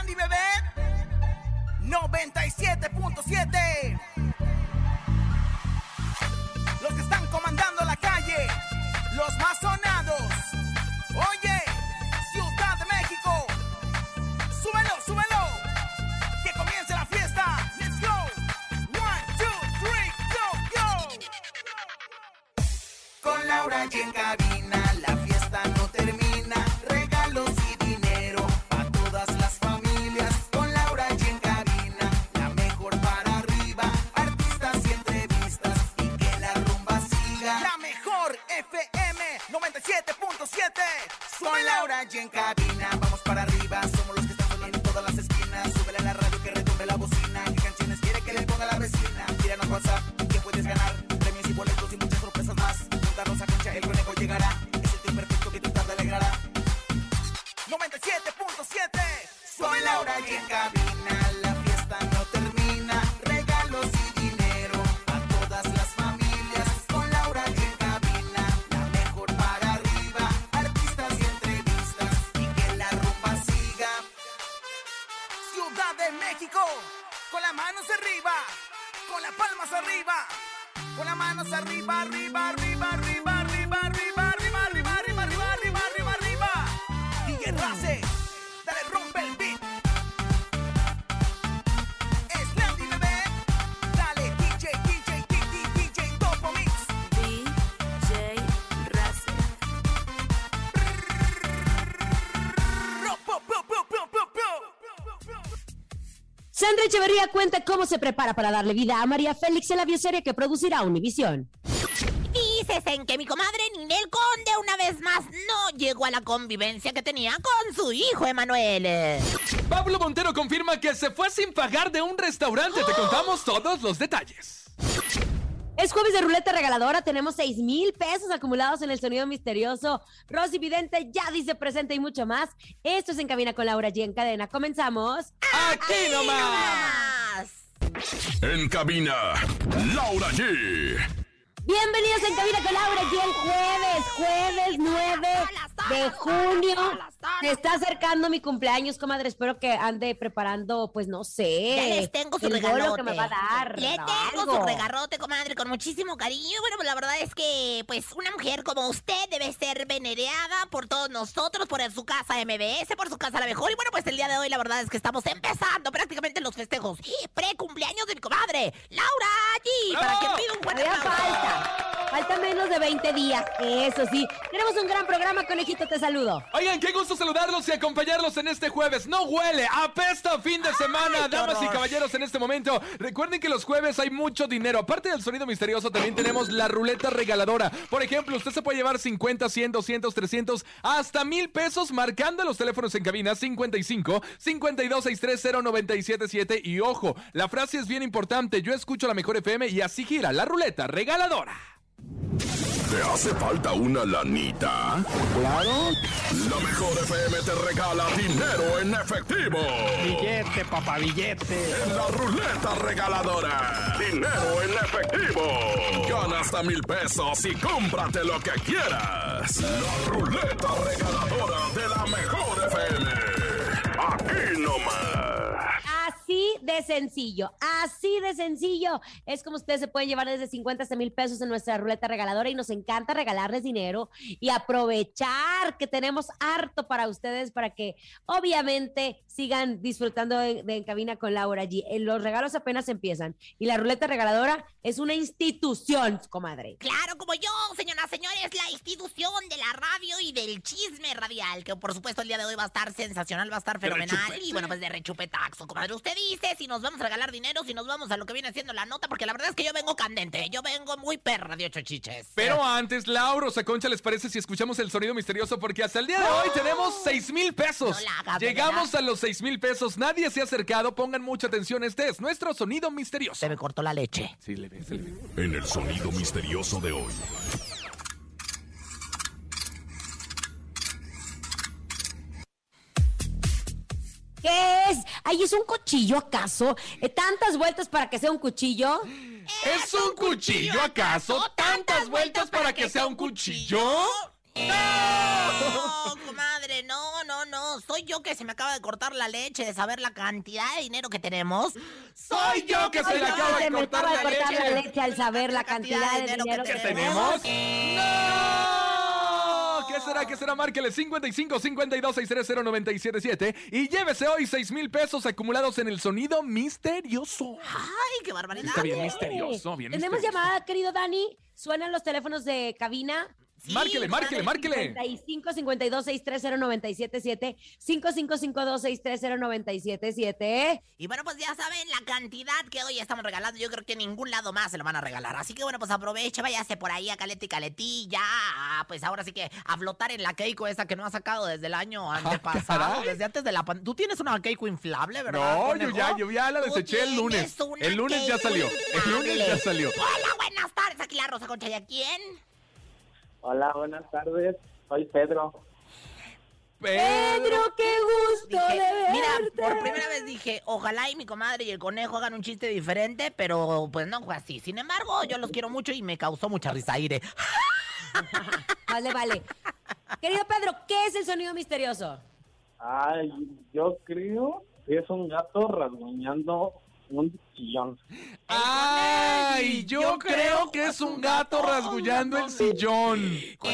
Slendy, bebé. 97.7. Los que están comandando la calle, los más sonados. Oye, Ciudad de México. Súbelo, súbelo. Que comience la fiesta. Let's go. 1, 2, 3, go, go. Con Laura y en cabina, la fiesta no termina. Regalos y dinero a todas las familias. Con Laura y en cabina, la mejor para arriba. Artistas y entrevistas y que la rumba siga. La mejor FM 97.7. Con Laura y en cabina, vamos para arriba. Somos los que están en todas las esquinas. Súbele a la radio que retumbe la bocina. ¿Qué canciones quiere que le ponga la vecina? Tíranos WhatsApp que puedes ganar premios y boletos y muchas sorpresas más. Juntarnos a Concha, el conejo llegará. Es el tiempo perfecto que tu tarde alegrará. 97.7. Soy Laura y en cabina, la fiesta no termina. Regalos y dinero a todas las familias. Con Laura y en cabina, la mejor para arriba. Artistas y entrevistas y que la rumba siga. Ciudad de México, con las manos arriba, con las palmas arriba, con las manos arriba, arriba, arriba, arriba, arriba, arriba, arriba, arriba, arriba, arriba, arriba, arriba, arriba. DJ Race, dale rompe el beat. Slendy, bebé, dale DJ, DJ, DJ, DJ, Topo Mix. DJ Race. Sandra Echeverría cuenta cómo se prepara para darle vida a María Félix en la bioserie que producirá Univisión. Dices en que mi comadre Ninel Conde una vez más no llegó a la convivencia que tenía con su hijo Emanuel. Pablo Montero confirma que se fue sin pagar de un restaurante. Te contamos todos los detalles. Es jueves de ruleta regaladora, tenemos 6,000 pesos acumulados en el sonido misterioso. Rosy Vidente ya dice presente y mucho más. Esto es En Cabina con Laura G en cadena. Comenzamos. ¡Aquí nomás! En cabina, Laura G. Bienvenidos en Cabina con Laura G el jueves 9 de junio. Se está acercando mi cumpleaños, comadre. Espero que ande preparando, pues no sé. Ya les tengo su el regalote. bolo que me va a dar. Le tengo algo. su regarrote, comadre, con muchísimo cariño. Bueno, pues la verdad es que, pues, una mujer como usted debe ser venerada por todos nosotros, por su casa MBS, por su casa La Mejor. Y bueno, pues el día de hoy la verdad es que estamos empezando prácticamente los festejos pre-cumpleaños de mi comadre, Laura G. Para que pida un buen Todavía aplauso. Falta menos de 20 días, eso sí. Tenemos un gran programa, conejito, te saludo. Oigan, qué gusto saludarlos y acompañarlos en este jueves. No huele, apesta fin de semana, qué damas y horror. caballeros, en este momento. Recuerden que los jueves hay mucho dinero. Aparte del sonido misterioso, también tenemos la ruleta regaladora. Por ejemplo, usted se puede llevar 50, 100, 200, 300, hasta 1,000 pesos marcando los teléfonos en cabina 55 52 630 977. Y ojo, la frase es bien importante. Yo escucho la Mejor FM y así gira la ruleta regaladora. ¿Te hace falta una lanita? Claro. La Mejor FM te regala dinero en efectivo. Billete, papá, billete. En la ruleta regaladora. Dinero en efectivo. Gana hasta 1,000 pesos y cómprate lo que quieras. La ruleta regaladora de la Mejor FM. Aquí nomás. Así de sencillo. Es como ustedes se pueden llevar desde 50 hasta 1,000 pesos en nuestra ruleta regaladora y nos encanta regalarles dinero y aprovechar que tenemos harto para ustedes para que obviamente sigan disfrutando de En Cabina con Laura G. Los regalos apenas empiezan y la ruleta regaladora es una institución, comadre. Claro, como yo, señoras, señores, la institución de la radio y del chisme radial, que por supuesto el día de hoy va a estar sensacional, va a estar fenomenal. Y bueno, pues de rechupetaxo, comadre. Usted dice si nos vamos a regalar dinero, si nos vamos a lo que viene siendo la nota, porque la verdad es que yo vengo candente, yo vengo muy perra de 8 chiches. Pero antes, Laura, o Concha, ¿les parece si escuchamos el sonido misterioso? Porque hasta el día de hoy tenemos 6,000 pesos. No la hagas, Llegamos a los 6,000 pesos. Nadie se ha acercado. Pongan mucha atención. Este es nuestro sonido misterioso. Se me cortó la leche. Sí, le ve. En el sonido misterioso de hoy. ¿Qué es? Ay, ¿es un cuchillo acaso? ¿Tantas vueltas para que sea un cuchillo? ¿Es un cuchillo acaso? ¿Tantas vueltas para que sea un cuchillo? ¡No, comadre! no. Soy yo que se me acaba de cortar la leche de saber la cantidad de dinero que tenemos. Soy yo que se le acaba de cortar la leche. Al saber la cantidad de dinero ¿Qué tenemos? ¡No! ¿Qué será? ¿Qué será? Márquele 55 52 630 977 y llévese hoy 6,000 pesos acumulados en el sonido misterioso. ¡Ay, qué barbaridad! Está bien misterioso, bien ¿Tenemos misterioso. llamada, querido Dani? ¿Suenan los teléfonos de cabina? Sí, Márquele. 55 52 630 977 5552 630 977. Y bueno, pues ya saben la cantidad que hoy estamos regalando. Yo creo que en ningún lado más se lo van a regalar. Así que bueno, pues aproveche, váyase por ahí a Caleta y Caletilla. Pues ahora sí que a flotar en la Keiko esa que no ha sacado desde el año antepasado. caray. Desde antes de la pandemia. Tú tienes una Keiko inflable, ¿verdad? No, conejo? yo ya la Tú deseché el lunes. tienes una El lunes ya Keiko salió. El lunes ya inflable. salió. Hola, buenas tardes. Aquí la Rosa Concha. ¿Y a quién? Hola, buenas tardes. Soy Pedro. Pedro, qué gusto de verte. Mira, por primera vez dije, ojalá y mi comadre y el conejo hagan un chiste diferente, pero pues no fue así. Sin embargo, yo los quiero mucho y me causó mucha risa aire. Vale. Querido Pedro, ¿qué es el sonido misterioso? Ay, yo creo que es un gato rasguñando un sillón. ¡Ay! Yo creo que es un gato rasguñando el sillón.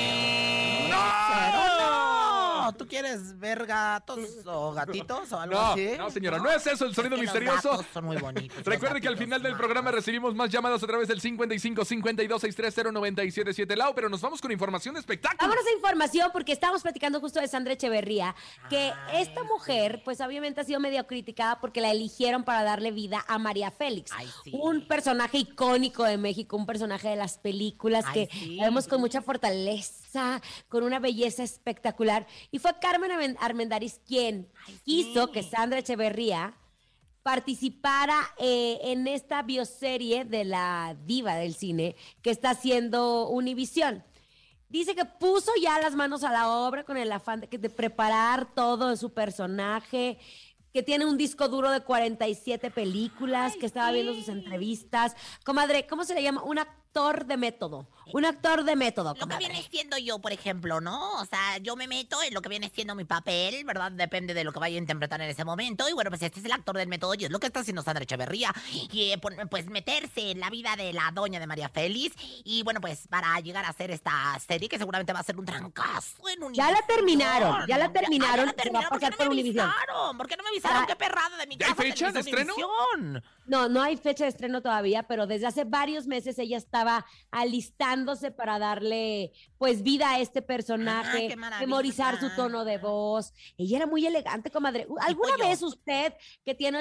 Pero no, ¿tú quieres ver gatos o gatitos o algo No, así? no, señora, no es eso el sonido Es que misterioso. Los gatos son muy bonitos. los Recuerde que al gatitos final del son programa más. recibimos más llamadas a través del 55 52 630 977 Lau, pero nos vamos con información de espectáculo. Vámonos a información porque estábamos platicando justo de Sandra Echeverría, que esta mujer, pues obviamente ha sido medio criticada porque la eligieron para darle vida a María Félix. Ay, sí. Un personaje icónico de México, un personaje de las películas Ay, que sí. la vemos con mucha fortaleza, con una belleza espectacular. Y fue Carmen Armendáriz quien quiso que Sandra Echeverría participara en esta bioserie de la diva del cine que está haciendo Univisión. Dice que puso ya las manos a la obra con el afán de preparar todo de su personaje, que tiene un disco duro de 47 películas, que estaba viendo sus entrevistas. Comadre, ¿cómo se le llama? Un actor de método. Un actor de método, Lo que comadre. viene siendo yo, por ejemplo, ¿no? O sea, yo me meto en lo que viene siendo mi papel, ¿verdad? Depende de lo que vaya a interpretar en ese momento. Y bueno, pues este es el actor del método y es lo que está haciendo Sandra Echeverría. Y pues meterse en la vida de la doña de María Félix. Y bueno, pues para llegar a hacer esta serie que seguramente va a ser un trancazo en Univisión. Ya la terminaron, Ya la se va a terminaron. pasar ¿Por qué por no me Univisión. avisaron? ¿Por qué no me avisaron? Ah, ¡Qué perrada de mi ¿ya hay casa! fecha de estreno? Univisión. No hay fecha de estreno todavía, pero desde hace varios meses ella estaba alistándose para darle pues vida a este personaje, qué maravilla. memorizar su tono de voz. Ella era muy elegante, comadre. ¿Alguna yo. vez usted, que tiene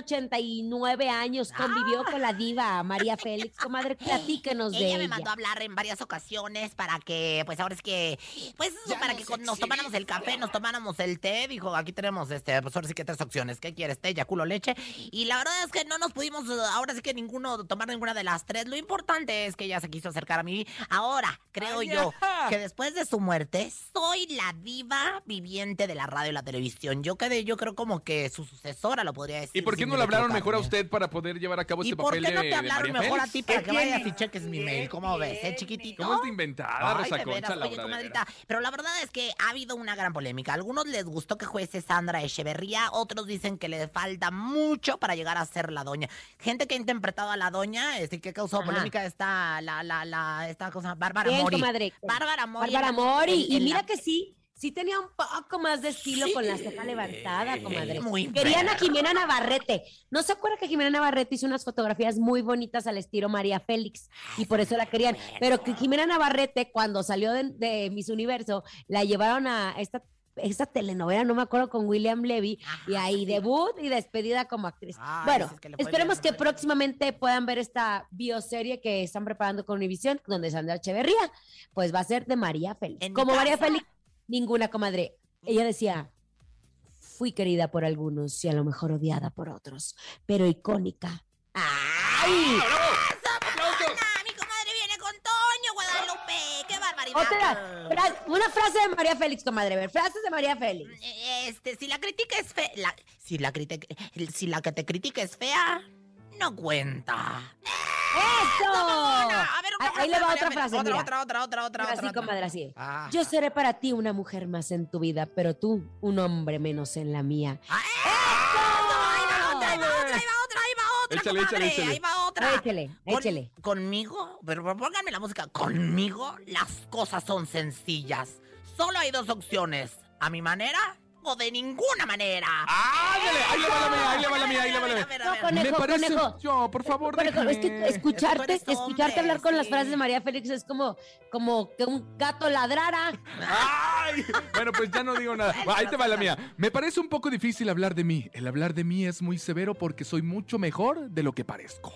89 años, convivió con la diva María Félix? Comadre, platíquenos de Ella ella. me mandó a hablar en varias ocasiones para que, pues ahora es que, pues para que nos tomáramos el café, nos tomáramos el té. Dijo, aquí tenemos, pues ahora sí que 3 opciones. ¿Qué quieres? Té, yaculo, leche. Y la verdad es que no nos pudimos, ahora sí que tomar ninguna de las 3. Lo importante es que ella se quiso acercar a mí. Ahora, creo Ay, yo, ajá. que después de su muerte, soy la diva viviente de la radio y la televisión. Yo creo como que su sucesora, lo podría decir. ¿Y por qué sin no le hablaron mejor a equivocarme. usted para poder llevar a cabo ¿Y este por papel qué no de te hablaron María mejor a Félix? ti para ¿Qué que vayas tiene? y cheques mi mail? ¿Cómo ves, chiquitito? ¿Cómo es de inventada, Ay, Rosa de Concha, veras. la Oye, verdadera? comadrita, pero la verdad es que ha habido una gran polémica. A algunos les gustó que fuese Sandra Echeverría, otros dicen que le falta mucho para llegar a ser la doña. Gente que ha interpretado a la doña, que causó Ajá. polémica esta cosa, Bárbara Bien, Mori. comadre. Bárbara Mori. Bárbara Mori. Y en mira la- que sí tenía un poco más de estilo con la ceja levantada, comadre. muy Querían a perra. Jimena Navarrete. ¿No se acuerda que Jimena Navarrete hizo unas fotografías muy bonitas al estilo María Félix? Y por eso la querían. Pero que Jimena Navarrete, cuando salió de Miss Universo, la llevaron a esta telenovela, no me acuerdo, con William Levy, y ahí debut y despedida como actriz. Ay, Bueno, si es que le fue esperemos bien. que próximamente puedan ver esta bioserie que están preparando con Univision, donde Sandra Echeverría, pues va a ser de María Félix. En mi Como María casa. Félix, ninguna, comadre. Ella decía, fui querida por algunos y a lo mejor odiada por otros, pero icónica. ¡Ay! ¡Ana! Mi comadre viene con Toño, Guadalupe. ¡Qué barbaridad! Una frase de María Félix, comadre. A ver, frases de María Félix. Si la crítica es fea, si la que te critica es fea, no cuenta. ¡Eso! A ver, una Ahí le va frase, otra María, frase, otra, mira. otra. Así, comadre, así. Ah. Yo seré para ti una mujer más en tu vida, pero tú un hombre menos en la mía. Ahí va otra, Échale, comadre, échale. ahí va otra. Échele. Conmigo, pero pónganme la música. Conmigo las cosas son sencillas. Solo hay dos opciones. A mi manera o de ninguna manera. ¡Ándale! Ahí le va la mía, ahí le va la mía, ahí le va la mía. No, conejo, Me parece... conejo. Yo, por favor, Conejo, es que déjame. escucharte Es que tú eres hombre, hablar con las sí. frases de María Félix es como que un gato ladrara. ¡Ay! Bueno, pues ya no digo nada. Ahí te va la mía. Me parece un poco difícil hablar de mí. El hablar de mí es muy severo porque soy mucho mejor de lo que parezco.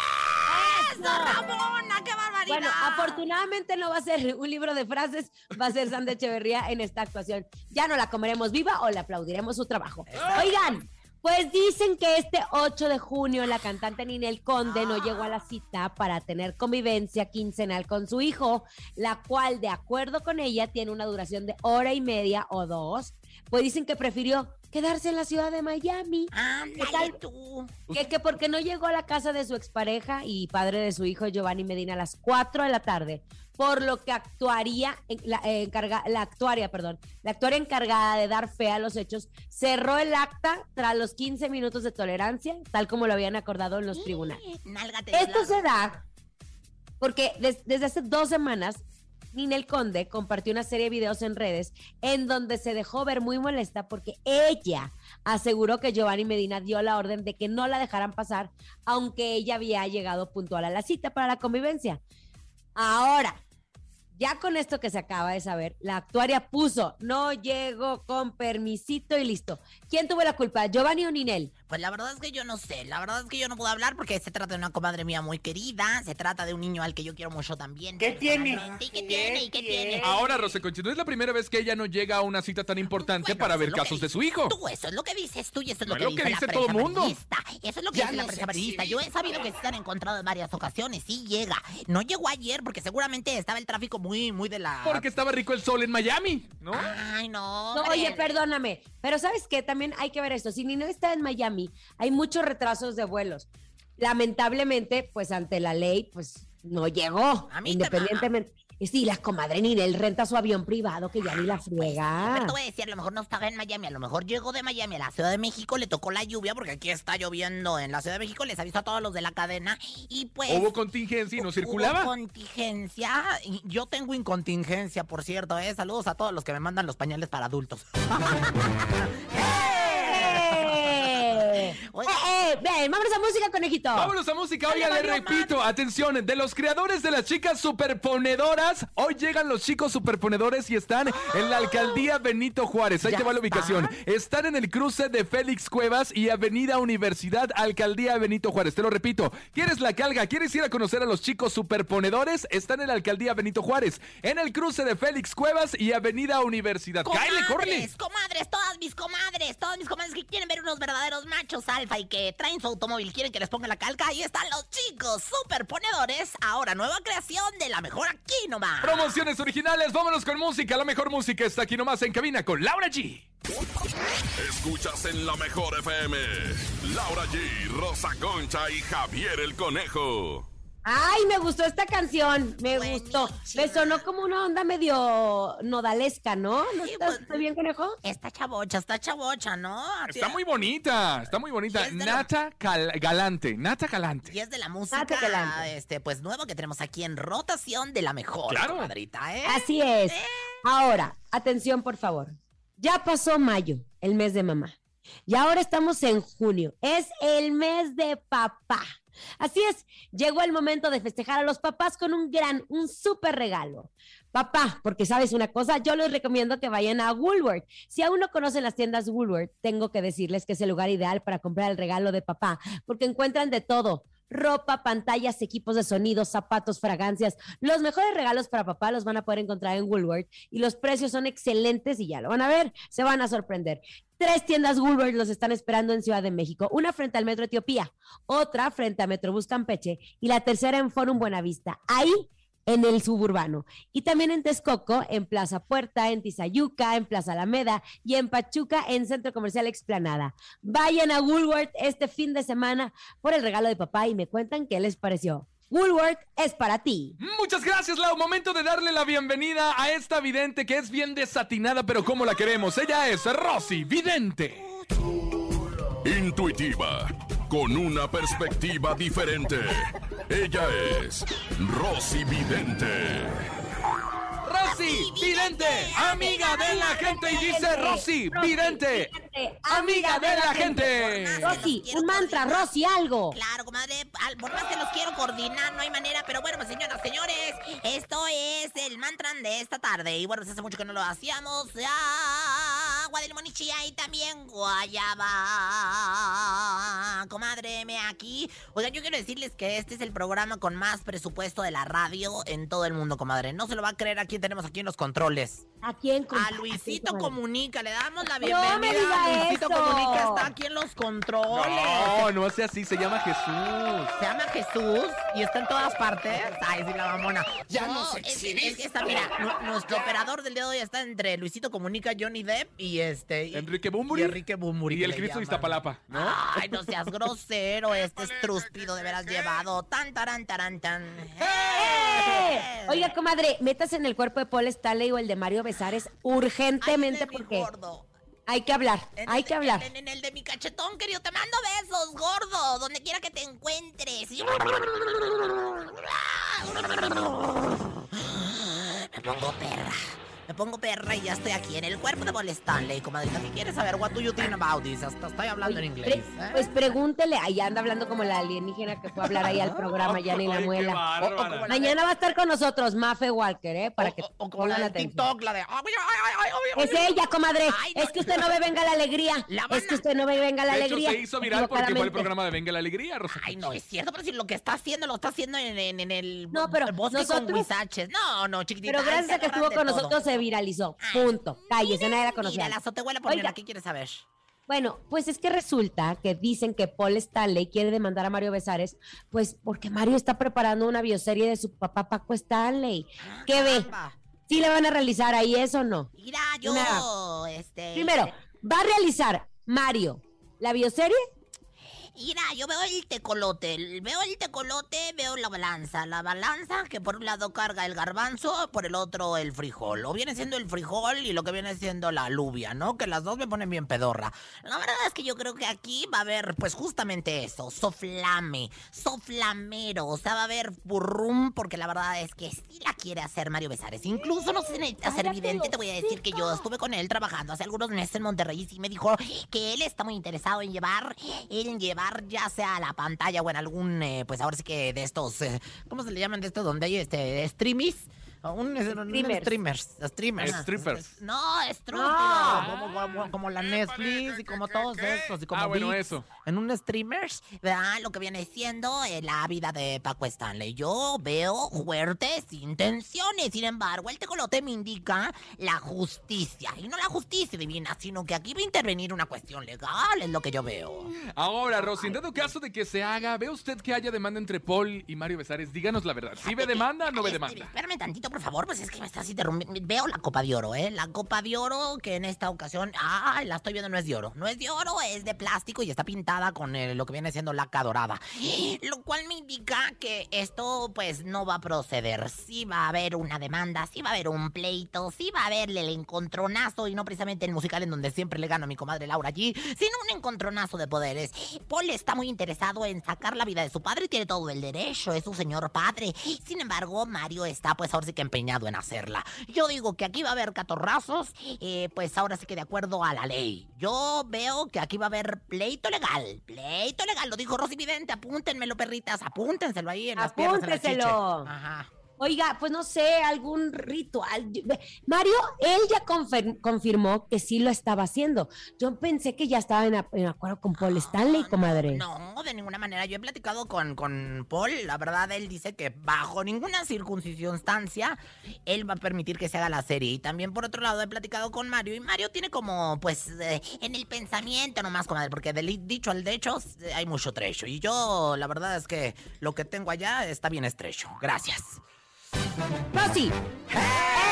¡Eso, Ramona! ¡Qué barbaridad! Bueno, afortunadamente no va a ser un libro de frases, va a ser Sandra Echeverría en esta actuación. Ya no la comeremos viva o le aplaudiremos su trabajo. Oigan, pues dicen que este 8 de junio la cantante Ninel Conde no llegó a la cita para tener convivencia quincenal con su hijo, la cual, de acuerdo con ella, tiene una duración de 1.5 o 2. Pues dicen que prefirió quedarse en la ciudad de Miami. ¡Ándale tú! Que porque no llegó a la casa de su expareja y padre de su hijo Giovanni Medina a las 4 de la tarde, por lo que la actuaria encargada de dar fe a los hechos cerró el acta tras los 15 minutos de tolerancia, tal como lo habían acordado en los tribunales. Nálgate de Esto lado. se da porque desde hace 2 semanas Ninel Conde compartió una serie de videos en redes en donde se dejó ver muy molesta porque ella aseguró que Giovanni Medina dio la orden de que no la dejaran pasar, aunque ella había llegado puntual a la cita para la convivencia. Ahora, ya con esto que se acaba de saber, la actuaria puso, no llego con permisito y listo. ¿Quién tuvo la culpa, Giovanni o Ninel? Pues la verdad es que yo no sé, la verdad es que yo no puedo hablar porque se trata de una comadre mía muy querida, se trata de un niño al que yo quiero mucho también. ¿Qué tiene? personalmente. ¿Y qué tiene? ¿Y qué tiene? Ahora, Rosy Conchi, no es la primera vez que ella no llega a una cita tan importante Bueno, para eso ver es lo que casos de dices su hijo. Tú, eso es lo que dices tú y eso es No lo que dice la todo prensa el mundo. amarillista. Eso es lo que dice la prensa amarillista. Yo he sabido que se han encontrado en varias ocasiones. Sí llega. No llegó ayer porque seguramente estaba el tráfico muy de la... Porque estaba rico el sol en Miami, ¿no? Ay, no. No, hombre. oye, perdóname, pero ¿sabes qué? También hay que ver esto. Si Ninel está en Miami, hay muchos retrasos de vuelos. Lamentablemente, pues ante la ley, pues no llegó. A mí Independientemente. Y sí, la comadre Ninel renta su avión privado, que ya ni la Pero friega. te voy a decir, a lo mejor no estaba en Miami, a lo mejor llegó de Miami a la Ciudad de México, le tocó la lluvia, porque aquí está lloviendo en la Ciudad de México, les aviso a todos los de la cadena, y pues... Hubo contingencia y no circulaba. Hubo contingencia, y yo tengo incontingencia, por cierto, saludos a todos los que me mandan los pañales para adultos. Oye. Bien, vámonos a música, conejito. Vámonos a música. Oiga, le repito, atención, de los creadores de las chicas superponedoras, hoy llegan los chicos superponedores y están en la alcaldía Benito Juárez. Ahí ¿Ya te va la ubicación. Están en el cruce de Félix Cuevas y Avenida Universidad, alcaldía Benito Juárez. Te lo repito, ¿quieres la calga? ¿Quieres ir a conocer a los chicos superponedores? Están en la alcaldía Benito Juárez, en el cruce de Félix Cuevas y Avenida Universidad. ¡Cáele, córrele! Comadres, todas mis comadres que quieren ver unos verdaderos machos alfa y que traen su automóvil, quieren que les ponga la calca. Ahí están los chicos superponedores. Ahora, nueva creación de la mejor aquí nomás. Promociones originales, vámonos con música. La mejor música está aquí nomás en cabina con Laura G. Escuchas en la mejor FM. Laura G, Rosa Concha y Javier el Conejo. Ay, me gustó esta canción, me gustó. Me sonó como una onda medio nodalesca, ¿no? ¿No Sí, estás pues, bien, conejo? Está chavocha, ¿no? Está muy bonita, está muy bonita. Y es de Nata Galante, Nata Galante. Y es de la música, Adelante. pues nueva que tenemos aquí en rotación de la mejor, Claro. comadrita, ¿eh? Así es. Ahora, atención, por favor. Ya pasó mayo, el mes de mamá. Y ahora estamos en junio. Es el mes de papá. Así es, llegó el momento de festejar a los papás con un súper regalo. Papá, porque sabes una cosa, yo les recomiendo que vayan a Woolworth. Si aún no conocen las tiendas Woolworth, tengo que decirles que es el lugar ideal para comprar el regalo de papá, porque encuentran de todo. Ropa, pantallas, equipos de sonido, zapatos, fragancias. Los mejores regalos para papá los van a poder encontrar en Woolworth y los precios son excelentes y ya lo van a ver, se van a sorprender. 3 tiendas Woolworth los están esperando en Ciudad de México, una frente al Metro Etiopía, otra frente a Metrobús Campeche y la tercera en Forum Buenavista. Ahí en el suburbano. Y también en Texcoco, en Plaza Puerta, en Tizayuca, en Plaza Alameda y en Pachuca, en Centro Comercial Explanada. Vayan a Woolworth este fin de semana por el regalo de papá y me cuentan qué les pareció. Woolworth es para ti. Muchas gracias, Lau. Momento de darle la bienvenida a esta vidente que es bien desatinada, pero como la queremos. Ella es Rosy Vidente. Intuitiva, con una perspectiva diferente. Ella es Rosy Vidente. Rosy Vidente, amiga de la gente. Y dice Rosy Vidente, amiga de la gente. Rosy, un mantra, Rosy, algo. Claro, comadre, por más que los quiero coordinar, no hay manera, pero bueno, pues señoras, señores, esto es el mantra de esta tarde. Y bueno, pues hace mucho que no lo hacíamos. Agua de limón y chía y también guayaba. Comadre, me aquí. Oigan, yo quiero decirles que este es el programa con más presupuesto de la radio en todo el mundo, comadre. No se lo va a creer a quién tenemos aquí en los controles. ¿A quién? A Luisito Comunica, le damos la No bienvenida. me diga Luisito eso. Comunica está aquí en los controles. No sea así, se llama Jesús. Se llama Jesús y está en todas partes. Ay, sí, la mamona. Ya nos es exhibiste. que está, mira, nuestro operador del día de hoy está entre Luisito Comunica, Johnny Depp y Enrique Bumburi. Y Enrique Bumburi. Y que el le Cristo de llaman. Iztapalapa, ¿no? Ay, no seas grosero, este estrúspido de veras llevado. Tan, taran, taran, tan. Oiga, comadre, métase en el cuerpo de Paul Stanley o el de Mario Besares urgentemente Ay, de mi porque gordo. hay que hablar, hay que hablar. En el de mi cachetón, querido. Te mando besos, gordo. Donde quiera que te encuentres. Me pongo perra y ya estoy aquí en el cuerpo de Paul Stanley, comadrita. ¿Qué quieres saber? What do you think about this? Hasta estoy hablando en inglés. Pues pregúntele, ahí anda hablando como la alienígena que fue a hablar ahí al programa, ya ni la Ay, qué muela. bárbara. Mañana va a estar con nosotros Mafe Walker, para que O como la pongan de atención. TikTok, la de... Es ella, comadre. Ay, no, es que usted no ve Venga la Alegría. La Es banda- que usted no ve Venga la De hecho, Alegría. se hizo viral porque fue el equivocadamente. programa de Venga la Alegría, Rosa. Ay, no es cierto, pero si lo que está haciendo, lo está haciendo en el No, pero el bosque con nosotros- huizaches. No, chiquitita. Pero gracias se a que agarran estuvo de con todo. nosotros se viralizó. Punto. Cállese, nadie la conocía. Mira, la azotehuela por Oiga. ¿qué quieres saber? Bueno, pues es que resulta que dicen que Paul Stanley quiere demandar a Mario Besares, pues porque Mario está preparando una bioserie de su papá Paco Stanley. ¿Qué ve? Caramba. ¿Sí le van a realizar ahí eso o no? Mira, yo, Primero, ¿va a realizar Mario la bioserie? Mira, yo veo el tecolote, veo la balanza que por un lado carga el garbanzo, por el otro el frijol, o viene siendo el frijol y lo que viene siendo la alubia, ¿no? Que las dos me ponen bien pedorra. La verdad es que yo creo que aquí va a haber, pues justamente eso, soflamero, o sea, va a haber burrum, porque la verdad es que sí la quiere hacer Mario Besares. Incluso no se necesita ser vidente, te voy a decir que yo estuve con él trabajando hace algunos meses en Monterrey y sí me dijo que él está muy interesado en llevar ya sea a la pantalla o en algún, pues ahora sí que de estos, ¿cómo se le llaman de estos? Donde hay streamies. Streamers. Strippers. No, estúpido. No. Como la Netflix y como todos estos. Y como bueno, ViX. eso. En un streamers, ¿verdad? Lo que viene siendo la vida de Paco Stanley. Yo veo fuertes intenciones. Sin embargo, el tecolote me indica la justicia. Y no la justicia divina, sino que aquí va a intervenir una cuestión legal, es lo que yo veo. Ahora, Rosy, en dado caso de que se haga, ¿ve usted que haya demanda entre Paul y Mario Besares? Díganos la verdad. ¿Sí ve demanda o no ve demanda? Espérame tantito, por favor, pues es que me estás interrumpiendo. Veo la Copa de Oro, La Copa de Oro que en esta ocasión, la estoy viendo, no es de oro. No es de oro, es de plástico y está pintada con lo que viene siendo laca dorada. Lo cual me indica que esto, pues, no va a proceder. Sí va a haber una demanda, sí va a haber un pleito, sí va a haber el encontronazo y no precisamente el musical en donde siempre le gano a mi comadre Laura allí, sino un encontronazo de poderes. Paul está muy interesado en sacar la vida de su padre y tiene todo el derecho, es su señor padre. Sin embargo, Mario está, pues, ahora sí que empeñado en hacerla. Yo digo que aquí va a haber catorrazos, pues ahora sí que de acuerdo a la ley. Yo veo que aquí va a haber pleito legal, lo dijo Rosy Vidente, apúntenmelo, perritas, apúntenselo ahí en las piernas, en la chiche. Apúnteselo. Ajá. Oiga, pues no sé, algún ritual. Mario, él ya confirmó que sí lo estaba haciendo. Yo pensé que ya estaba en acuerdo con Paul Stanley, comadre. No, de ninguna manera. Yo he platicado con Paul. La verdad, él dice que bajo ninguna circunstancia él va a permitir que se haga la serie. Y también, por otro lado, he platicado con Mario. Y Mario tiene como, pues, en el pensamiento nomás, comadre. Porque del dicho al hecho hay mucho trecho. Y yo, la verdad es que lo que tengo allá está bien estrecho. Gracias. Rosy.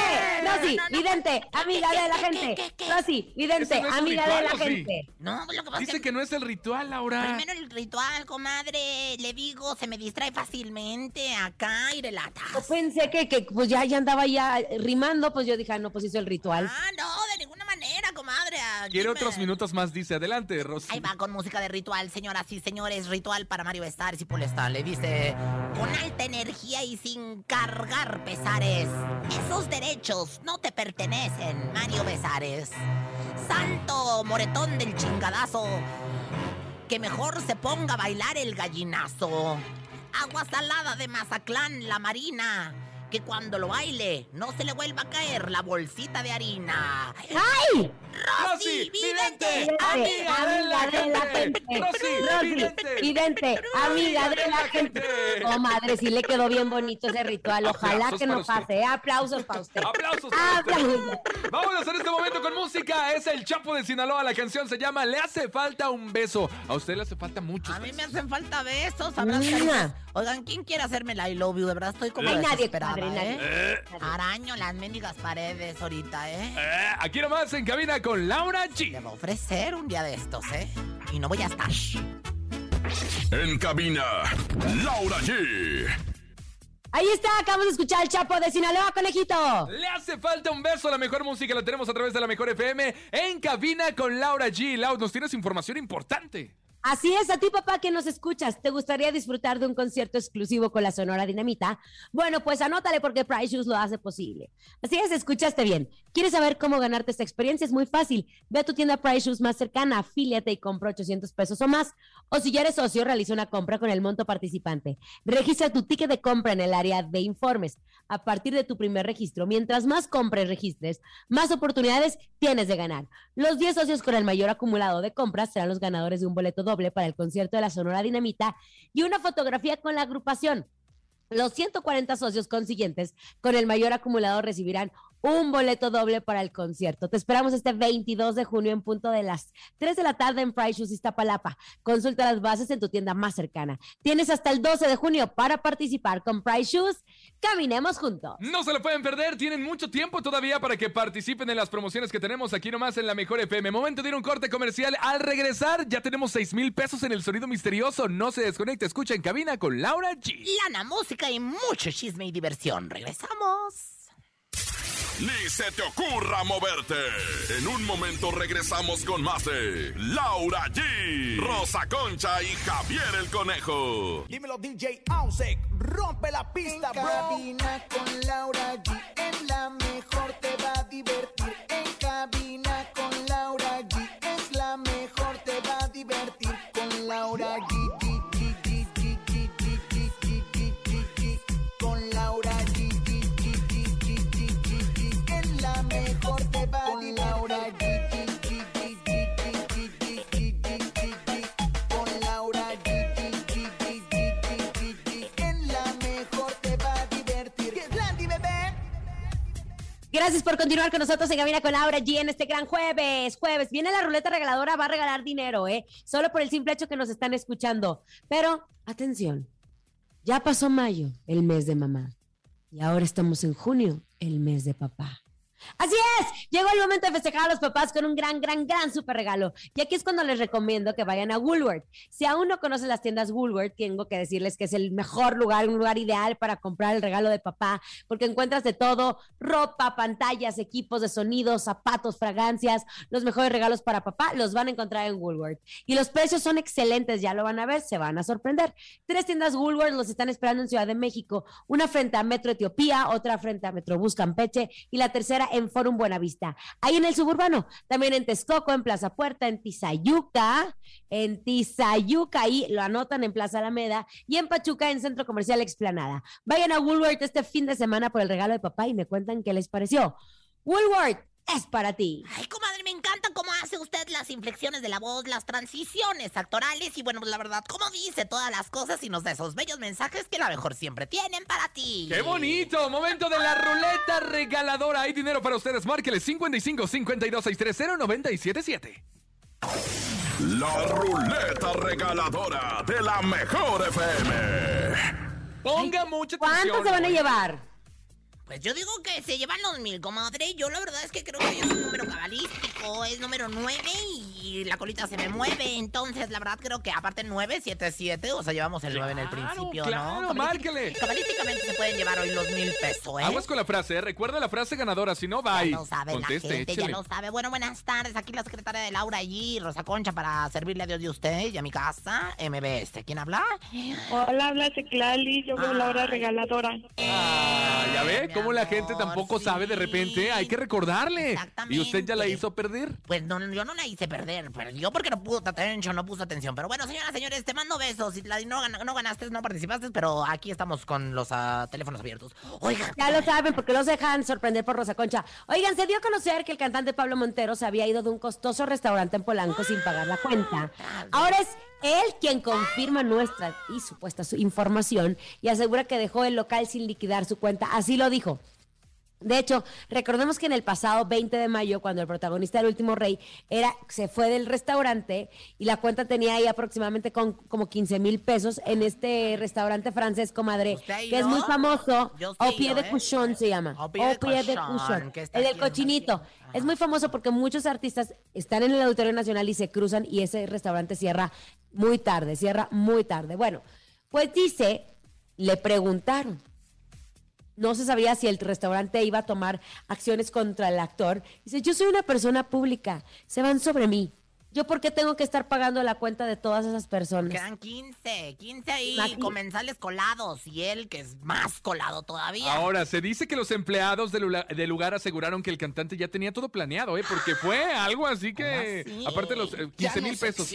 Rosy, vidente, amiga de la gente. Rosy, vidente, Ese no es un amiga de ritual, la ¿o sí? gente. No, lo que pasa es Dice que no es el ritual, Laura. primero el ritual, comadre. Le digo, se me distrae fácilmente acá y Yo relatas. pensé que pues ya andaba ya rimando, pues yo dije, no, pues hizo el ritual. Ah, no, de ninguna manera, comadre. Aquí Quiere me- otros minutos más, dice. Adelante, Rosy. Ahí va con música de ritual, señoras y señores. Ritual para Mario Besares y Polestar. Le dice, con alta energía y sin cargar pesares. Esos derechos no te pertenecen, Mario Besares. Santo moretón del chingadazo. Que mejor se ponga a bailar el gallinazo. Agua salada de Mazatlán, la marina. Que cuando lo baile no se le vuelva a caer la bolsita de harina. ¡Ay! Rosy, vidente, amiga de la gente. Rosy, vidente, amiga de la gente. Oh, madre, sí le quedó bien bonito ese ritual. Ojalá Aplausos que no para usted. pase. Aplausos para usted. ¡Aplausos! para usted. Aplausos. Vamos en este momento con música. Es el Chapo de Sinaloa. La canción se llama Le hace falta un beso. A usted le hace falta mucho. A mí me hacen falta besos, abrazos. Mua. Oigan, ¿quién quiere hacerme la I love you? De verdad estoy como No hay nadie, desesperada, padre, nadie. Araño las mendigas paredes ahorita, Aquí nomás en cabina con Laura G. Le voy a ofrecer un día de estos, y no voy a estar. En cabina, Laura G. Ahí está, acabamos de escuchar al Chapo de Sinaloa, conejito. Le hace falta un beso. La mejor música la tenemos a través de la mejor FM. En cabina con Laura G. Lau, nos tienes información importante. Así es, a ti papá que nos escuchas, ¿te gustaría disfrutar de un concierto exclusivo con la Sonora Dinamita? Bueno, pues anótale porque Price Shoes lo hace posible. Así es, escuchaste bien. ¿Quieres saber cómo ganarte esta experiencia? Es muy fácil. Ve a tu tienda Price Shoes más cercana, afíliate y compra 800 pesos o más. O si ya eres socio, realiza una compra con el monto participante. Registra tu ticket de compra en el área de informes. A partir de tu primer registro, mientras más compras registres, más oportunidades tienes de ganar. Los 10 socios con el mayor acumulado de compras serán los ganadores de un boleto doble para el concierto de la Sonora Dinamita y una fotografía con la agrupación. Los 140 socios consiguientes con el mayor acumulado recibirán un boleto doble para el concierto. Te esperamos este 22 de junio en punto de las 3 de la tarde en Price Shoes Iztapalapa. Consulta las bases en tu tienda más cercana. Tienes hasta el 12 de junio para participar con Price Shoes. Caminemos juntos. No se lo pueden perder, tienen mucho tiempo todavía para que participen en las promociones que tenemos aquí nomás en la Mejor FM. Momento de ir a un corte comercial. Al regresar ya tenemos 6,000 pesos en el sonido misterioso. No se desconecte, escucha en cabina con Laura G. Lana, música y mucho chisme y diversión. Regresamos. Ni se te ocurra moverte. En un momento regresamos con más de Laura G, Rosa Concha y Javier el Conejo. Dímelo DJ Ausek, rompe la pista, bro. Cabina con Laura G, en la mejor te va a divertir. En cabina con Laura G, es la mejor te va a divertir. Con Laura G, con Laura G, en la mejor te va a divertir. Con Laura G, en la mejor te va a divertir. ¡Qué Landy, bebé! Gracias por continuar con nosotros en Cabina con Laura G en este gran jueves. Viene la ruleta regaladora, va a regalar dinero, solo por el simple hecho que nos están escuchando. Pero, atención, ya pasó mayo, el mes de mamá. Y ahora estamos en junio, el mes de papá. Así es, llegó el momento de festejar a los papás con un gran super regalo. Y aquí es cuando les recomiendo que vayan a Woolworth. Si aún no conocen las tiendas Woolworth, tengo que decirles que es el mejor lugar, un lugar ideal para comprar el regalo de papá, porque encuentras de todo: ropa, pantallas, equipos de sonido, zapatos, fragancias. Los mejores regalos para papá los van a encontrar en Woolworth. Y los precios son excelentes, ya lo van a ver, se van a sorprender. 3 tiendas Woolworth los están esperando en Ciudad de México, una frente a Metro Etiopía, otra frente a Metrobús Campeche y la tercera en Forum Buenavista. Ahí en el suburbano, también en Texcoco, en Plaza Puerta, en Tizayuca, ahí lo anotan en Plaza Alameda, y en Pachuca, en Centro Comercial Explanada. Vayan a Woolworth este fin de semana por el regalo de papá y me cuentan qué les pareció. Woolworth es para ti. Ay, comadre, me encanta cómo hace usted las inflexiones de la voz, las transiciones actorales y, bueno, pues la verdad, cómo dice todas las cosas y nos da esos bellos mensajes que la mejor siempre tienen para ti. ¡Qué bonito! Momento de la ruleta regaladora. Hay dinero para ustedes. Márqueles 55 52 630 977. La ruleta regaladora de la Mejor FM. Ponga mucha atención. ¿Cuántos se van a llevar? Pues yo digo que se llevan los 1000, comadre. Yo la verdad es que creo que es un número cabalístico. Es número 9 y la colita se me mueve. Entonces, la verdad creo que aparte 977, o sea, llevamos el 9 en el principio, claro, ¿no? márquele. Cabalísticamente se pueden llevar hoy los 1000 pesos, ¿eh? Aguas con la frase, ¿eh? Recuerda la frase ganadora, si no, bye. Ya lo sabe Conteste, la gente, échele. ya lo sabe. Bueno, buenas tardes. Aquí la secretaria de Laura allí, Rosa Concha, para servirle a Dios de usted y a mi casa, MBS. ¿Quién habla? Hola, habla Ciclali, yo soy Laura Regaladora. Ah, ¿ya ve? mi ¿Cómo la amor, gente tampoco sí. sabe de repente? Hay que recordarle. Exactamente. ¿Y usted ya la hizo perder? Pues no, yo no la hice perder, pero yo porque no puse atención. Pero bueno, señoras, señores, te mando besos. Si no ganaste, no participaste, pero aquí estamos con los teléfonos abiertos. Oiga. Ya lo saben, porque los dejan sorprender por Rosa Concha. Oigan, se dio a conocer que el cantante Pablo Montero se había ido de un costoso restaurante en Polanco sin pagar la cuenta. Ahora es él quien confirma nuestra y supuesta información y asegura que dejó el local sin liquidar su cuenta. Así lo dijo. De hecho, recordemos que en el pasado 20 de mayo, cuando el protagonista del Último Rey se fue del restaurante y la cuenta tenía ahí aproximadamente como 15,000 pesos en este restaurante francés, comadre, que es muy famoso. Au Pied de Cochon se llama. Au Pied de Cochon. El del cochinito. Es muy famoso porque muchos artistas están en el Auditorio Nacional y se cruzan y ese restaurante cierra muy tarde. Bueno, pues le preguntaron. No se sabía si el restaurante iba a tomar acciones contra el actor. Dice, yo soy una persona pública, se van sobre mí. ¿Yo por qué tengo que estar pagando la cuenta de todas esas personas? Quedan 15 ahí, comensales colados, y él que es más colado todavía. Ahora, se dice que los empleados del lugar aseguraron que el cantante ya tenía todo planeado, porque fue algo así que, aparte de los 15,000 pesos,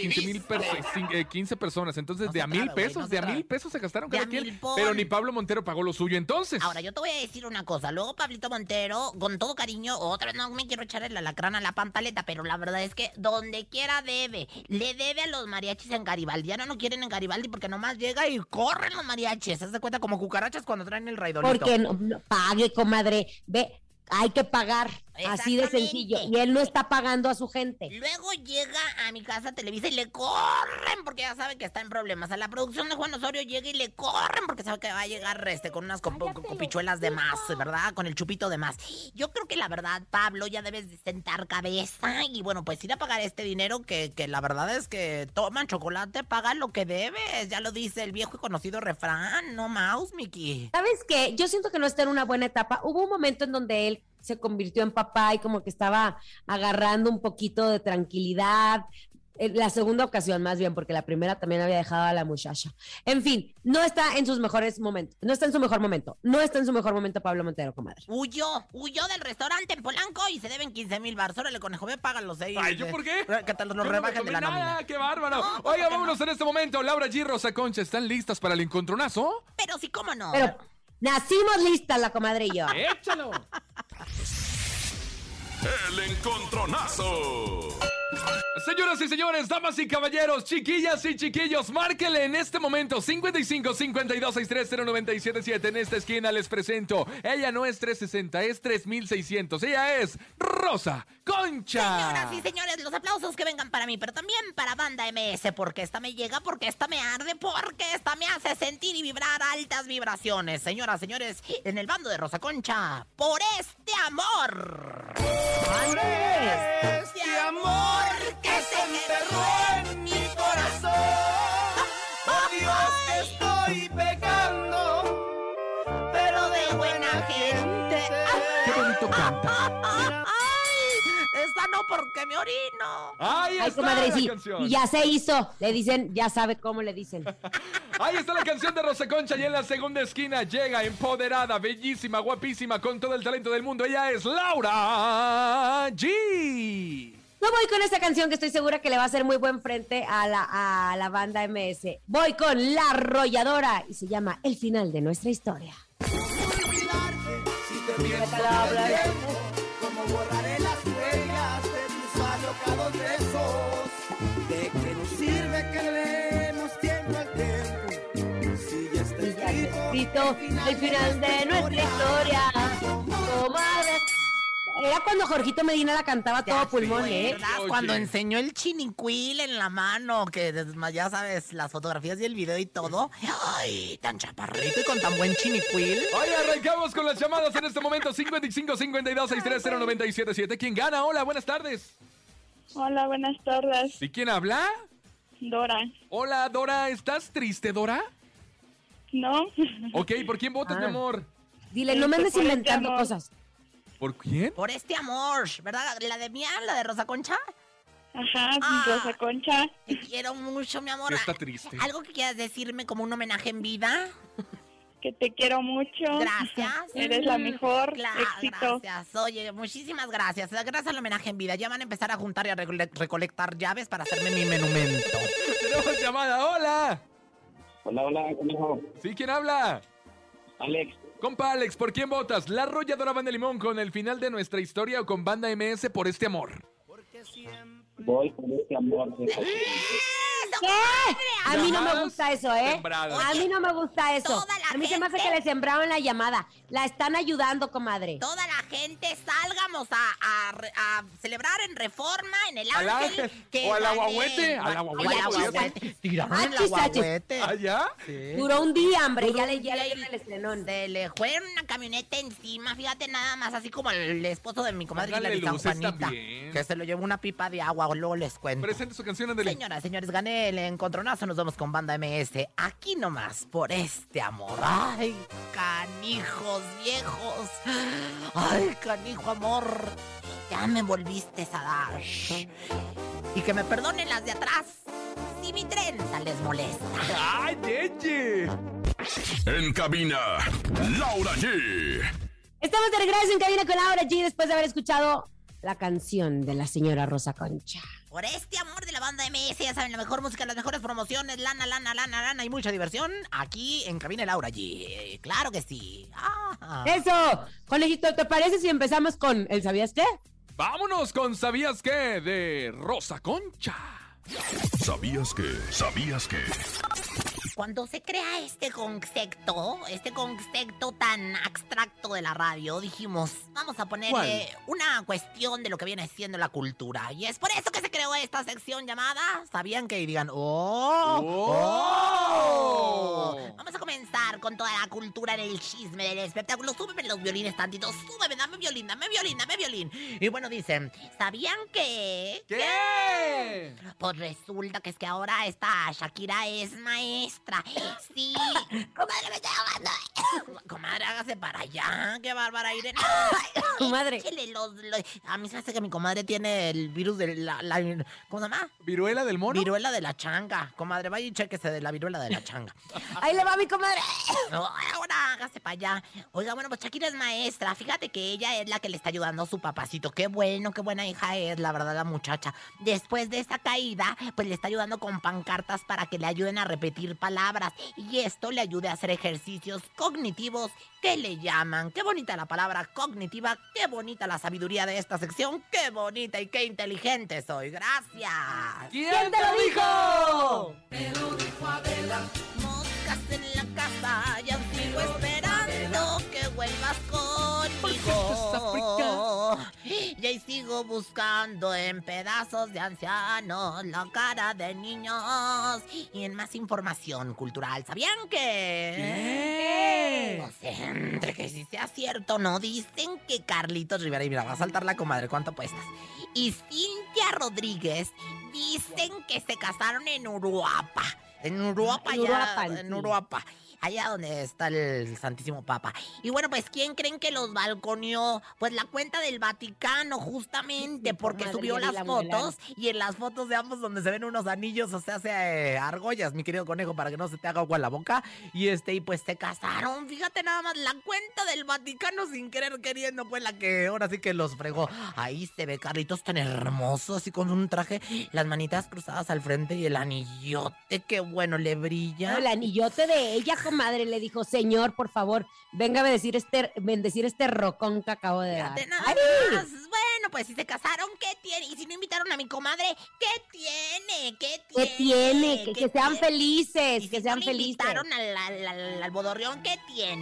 15 personas, entonces No de se a 1,000 trabe, güey, pesos, no se de a trabe. 1,000 pesos se gastaron De cada a quien, 1,000 pero ni Pablo Montero pagó lo suyo entonces. Ahora, yo te voy a decir una cosa. Luego Pablito Montero, con todo cariño, otra vez no me quiero echar el alacrán a la pantaleta, pero la verdad es que donde quiera debe. Le debe a los mariachis en Garibaldi. Ya no quieren en Garibaldi porque nomás llega y corren los mariachis. ¿Se das cuenta? Como cucarachas cuando traen el raidolito. Porque no pague, comadre. Ve, hay que pagar. Así de sencillo. Y él no está pagando a su gente. Luego llega a mi casa Televisa y le corren porque ya saben que está en problemas. A la producción de Juan Osorio llega y le corren porque sabe que va a llegar con unas copichuelas de más, ¿verdad? Con el chupito de más. Yo creo que la verdad, Pablo, ya debes de sentar cabeza y bueno, pues ir a pagar este dinero que la verdad es que toman chocolate, paga lo que debes. Ya lo dice el viejo y conocido refrán. No mouse, Miki. ¿Sabes qué? Yo siento que no está en una buena etapa. Hubo un momento en donde él se convirtió en papá y como que estaba agarrando un poquito de tranquilidad. La segunda ocasión más bien, porque la primera también había dejado a la muchacha. En fin, no está en sus mejores momentos. No está en su mejor momento Pablo Montero, comadre. Huyó del restaurante en Polanco y se deben 15,000 baros. Órale, conejo, ve, págalos ahí. Ay, ¿yo por qué? Que te los Yo no rebajen de la comí nada, nómina. ¡Qué bárbaro! No, Oiga, ¿por qué vámonos no? en este momento. Laura G. Rosa Concha, ¿están listas para el encontronazo? Pero sí, ¿cómo no? Pero nacimos listas la comadre y yo. ¡Échalo! El encontronazo. Señoras y señores, damas y caballeros, chiquillas y chiquillos, márquenle en este momento 55 52 63 0977. En esta esquina les presento. Ella no es 360, es 3600. Ella es Rosa Concha. Señoras y señores, los aplausos que vengan para mí, pero también para Banda MS, porque esta me llega, porque esta me arde, porque esta me hace sentir y vibrar altas vibraciones. Señoras, señores, en el bando de Rosa Concha, por este amor. Este amor que se enterró en mi corazón. Oh Dios, estoy pecando, pero de buena gente. ¡Qué bonito canta! ¡Ay! Esta no porque me orino. ¡Ahí Ay, está comadre, la sí. canción! Y ya se hizo. Le dicen, ya sabe cómo le dicen. Ahí está la canción de Rosa Concha y en la segunda esquina llega empoderada, bellísima, guapísima, con todo el talento del mundo. Ella es Laura G. No voy con esta canción que estoy segura que le va a hacer muy buen frente a la banda MS. Voy con La Arrolladora y se llama El final de nuestra historia. Si te pienso tiempo, como borraré las huellas de tus alocados besos. ¿De qué nos sirve que le demos tiempo al tiempo? Si ya está Y ya está escrito el final de nuestra historia. Comadre. Era cuando Jorgito Medina la cantaba todo pulmón, ¿eh? ¿Verdad? Cuando enseñó el chinicuil en la mano, que ya sabes, las fotografías y el video y todo. Ay, tan chaparrito y con tan buen chinicuil. Oye, arrancamos con las llamadas en este momento. 55 52 630 977. ¿Quién gana? Hola, buenas tardes. Hola, buenas tardes. ¿Y quién habla? Dora. Hola, Dora. ¿Estás triste, Dora? ¿No? Ok, ¿por quién votas, mi amor? Dile, no me andes Por este inventando amor. cosas. ¿Por quién? Por este amor, ¿verdad? La de Mía, la de Rosa Concha. Ajá, Ah. Rosa Concha. Te quiero mucho, mi amor. Está triste. ¿Algo que quieras decirme como un homenaje en vida? Que te quiero mucho. Gracias. Eres la mejor. Claro, Éxito. gracias. Oye, muchísimas gracias. Gracias al homenaje en vida. Ya van a empezar a juntar y a recolectar llaves para hacerme mi monumento. Tenemos llamada. Hola. Hola, conejo. ¿Sí? ¿Quién habla? Alex. Compa Alex, ¿por quién votas? ¿La arrolladora Banda Limón con el final de nuestra historia o con Banda MS por este amor? Voy por este amor. ¿Qué? A mí no me Llamadas gusta eso, ¿eh? sembradas. A mí no me gusta eso. Toda la A mí se me hace gente- que le sembraron la llamada. La están ayudando, comadre. Toda la gente salgamos a celebrar en Reforma, en el ¿Al Ángel. Ángel? que ¿O al gane- aguahuete? Al aguahuete. O al Achis, aguahuete. Tiraron el Achis, achis. aguahuete. ¿Allá? Duró un día, hombre. Duró Ya un le día dieron y el estrenón. Se le fue una camioneta encima, fíjate nada más, así como el esposo de mi comadre Póngale Gladys San luces Juanita, también. que se lo llevó una pipa de agua, luego les cuento. Presente su canción, Andele. Señoras, señores, gané el encontronazo, nos vamos con Banda MS, aquí nomás, por este amor. Ay, canijos viejos, ay, canijo amor, ya me volviste a dar. Y que me perdonen las de atrás, si mi trenza les molesta. ¡Ay, Yeye! En cabina, Laura G. Estamos de regreso en Cabina con Laura G después de haber escuchado la canción de la señora Rosa Concha. Por este amor de la Banda MS, ya saben, la mejor música, las mejores promociones, lana y mucha diversión, aquí en Cabina Laura G. Claro que sí. Ah. Eso, conejito, ¿te parece si empezamos con el ¿sabías qué? Vámonos con ¿Sabías qué? De Rosa Concha. ¿Sabías que? ¿Sabías que? Cuando se crea este concepto tan abstracto de la radio, dijimos, vamos a ponerle una cuestión de lo que viene siendo la cultura. Y es por eso que se creó esta sección llamada ¿Sabían que? Y digan, Vamos a comenzar con toda la cultura del chisme, del espectáculo. Súbeme los violines tantito, súbeme, dame violín. Y bueno, dicen, ¿sabían que? ¿Qué? Pues resulta que es que ahora esta Shakira es maestra. Sí. Comadre, me está llamando. Comadre, hágase para allá. Qué bárbara, Irene. Comadre. Échele a mí se me hace que mi comadre tiene el virus de la ¿cómo se llama? ¿Viruela del mono? Viruela de la changa. Comadre, vaya y chéquese de la viruela de la changa. Ahí le va mi comadre. No, ahora hágase para allá. Oiga, bueno, pues Shakira es maestra. Fíjate que ella es la que le está ayudando a su papacito. Qué bueno, qué buena hija es, la verdad, la muchacha. Después de esa caída, pues le está ayudando con pancartas para que le ayuden a repetir palabras. Y esto le ayude a hacer ejercicios cognitivos que le llaman. Qué bonita la palabra cognitiva. Qué bonita la sabiduría de esta sección. Qué bonita y qué inteligente soy. Gracias. ¿Quién te lo dijo? Moscas en la casa, ya sigo esperando que vuelvas conmigo. Y ahí sigo buscando en pedazos de ancianos la cara de niños. Y en más información cultural, ¿sabían que? ¿Qué? No sé, entre que si sea cierto o no, dicen que Carlitos Rivera, y mira, va a saltar la comadre, ¿cuánto apuestas? Y Cintia Rodríguez dicen que se casaron en Uruapa. En Uruapa, allá donde está el Santísimo Papa. Y bueno, pues, ¿quién creen que los balconeó? Pues la cuenta del Vaticano, justamente, porque Madre, subió ya vi las la fotos. Y en las fotos de ambos donde se ven unos anillos, o sea, argollas, mi querido conejo, para que no se te haga agua en la boca. Y pues se casaron. Fíjate nada más, la cuenta del Vaticano sin querer queriendo, pues la que ahora sí que los fregó. Ahí se ve Carlitos tan hermoso, así con un traje, las manitas cruzadas al frente y el anillote, qué bueno, le brilla. El anillote de ella, comadre, le dijo, señor, por favor, venga a bendecir este rocón que acabo de dar. Fíjate nada ¡Ay! más. Bueno, pues si se casaron, ¿qué tiene? Y si no invitaron a mi comadre, ¿qué tiene? ¿Qué tiene? Que sean felices, Y que si sean no le felices. invitaron al bodorrión, ¿qué tiene?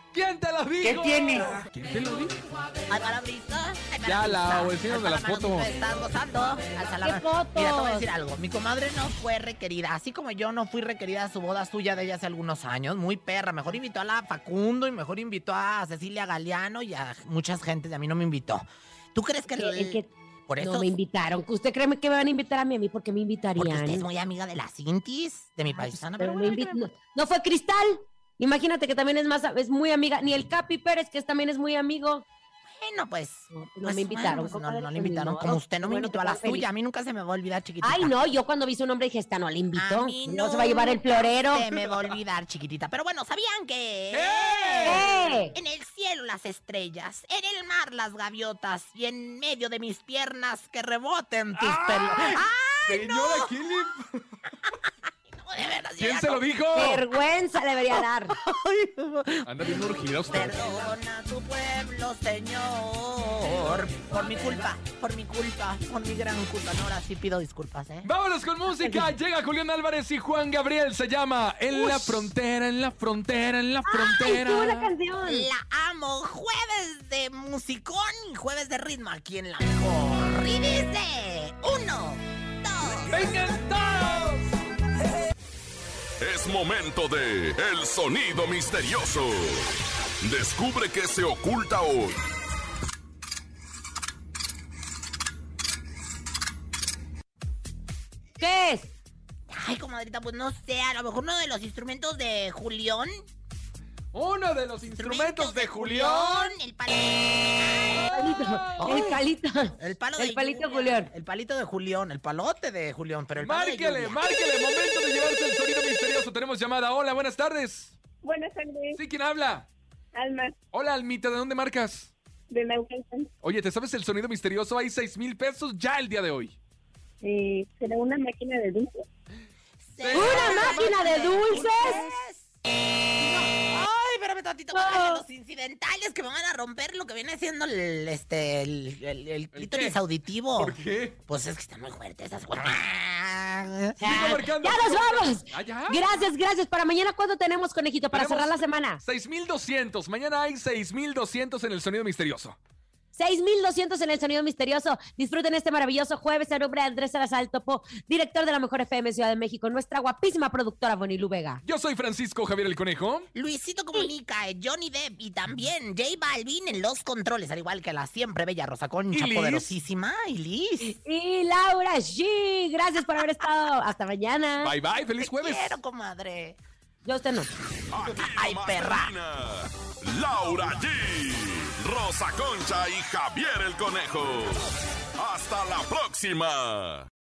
¿Quién te lo dijo? ¿Qué tiene? ¿Quién te lo dijo? Ay, parabrisas. Ya, la vecina de las fotos. Me estás gozando. Alza la ¿Qué mano. fotos? Mira, te voy a decir algo. Mi comadre no fue requerida. Así como yo no fui requerida a su boda suya de ella hace algunos años. Muy perra. Mejor invitó a la Facundo y mejor invitó a Cecilia Galeano y a muchas gentes. Y a mí no me invitó. ¿Tú crees que por eso? No me invitaron. ¿Usted cree que me van a invitar a mí? ¿A mí por qué me invitarían? Porque usted es muy amiga de la Cintis, de mi paisana. Pero Pero me bueno, invi- no fue Cristal. Imagínate que también es muy amiga. Ni el Capi Pérez, que también es muy amigo. bueno, pues. No me invitaron, pues, no comadre, le pues, invitaron. ni Como modo. usted no me Bueno, invitó a la pues, feliz. suya. A mí nunca se me va a olvidar, chiquitita. Ay, no, yo cuando vi su nombre dije, esta no la invitó. A mí No se va a llevar el florero. Se me va a olvidar, chiquitita. Pero bueno, ¿sabían que? ¡Eh! En el cielo las estrellas, en el mar las gaviotas y en medio de mis piernas que reboten tus pelos. ¡Ay, Señora Kilip. no, de veras! ¿Quién ya se no- lo dijo? Vergüenza debería dar. Anda bien urgida usted. Perdona a tu pueblo, Señor. Por mi culpa, por mi gran culpa. No, ahora sí pido disculpas, ¿eh? Vámonos con música. Llega Julián Álvarez y Juan Gabriel. Se llama En la frontera, en la frontera, en la ¡Ay, frontera. qué buena canción! La amo. Jueves de musicón y jueves de ritmo aquí en la mejor. Y dice: 1, 2. ¡Vengan todos! Es momento de El Sonido Misterioso. Descubre qué se oculta hoy. ¿Qué es? Ay, comadrita, pues no sé, a lo mejor uno de los instrumentos de Julián. Uno de los instrumentos de Julián. El palo. El calito. El palo El de palito lluvia. Julián. El palito de Julián, el palote de Julián, pero el palo de Márquele, lluvia. márquele. Momento de llevarse el sonido misterioso. Tenemos llamada. Hola, buenas tardes. Buenas tardes, ¿Sí, quién habla? Alma, Hola, Almita, ¿de dónde marcas? de Naucalpan. Oye, ¿te sabes el sonido misterioso? Hay 6,000 pesos ya el día de hoy. ¿Será una máquina de dulces? ¿Una máquina de dulces? Ay, espérame tantito, bájale los incidentales que me van a romper lo que viene siendo el clítoris auditivo. ¿Por qué? Pues es que están muy fuertes esas cosas. Sigo marcando. ¡Ya nos vamos! ¿Ah, ya? Gracias. Para mañana, ¿cuándo tenemos, conejito? Para Tenemos cerrar la semana. 6,200. Mañana hay 6,200 en el sonido misterioso. 6,200 en el sonido misterioso. Disfruten este maravilloso jueves en nombre de Andrés Salazar Topo, director de la Mejor FM Ciudad de México, nuestra guapísima productora Bonnie Lu Vega. Yo soy Francisco Javier el Conejo. Luisito Comunica, Johnny Depp y también J Balvin en los controles, al igual que la siempre bella Rosa Concha, ¿Y Liz? poderosísima, y Liz. Y Laura G. Gracias por haber estado. Hasta mañana. Bye, bye. Feliz jueves. Te quiero, comadre. Yo a usted no. Aquí Ay, nomás perra. termina Laura G, Rosa Concha y Javier el Conejo. Hasta la próxima.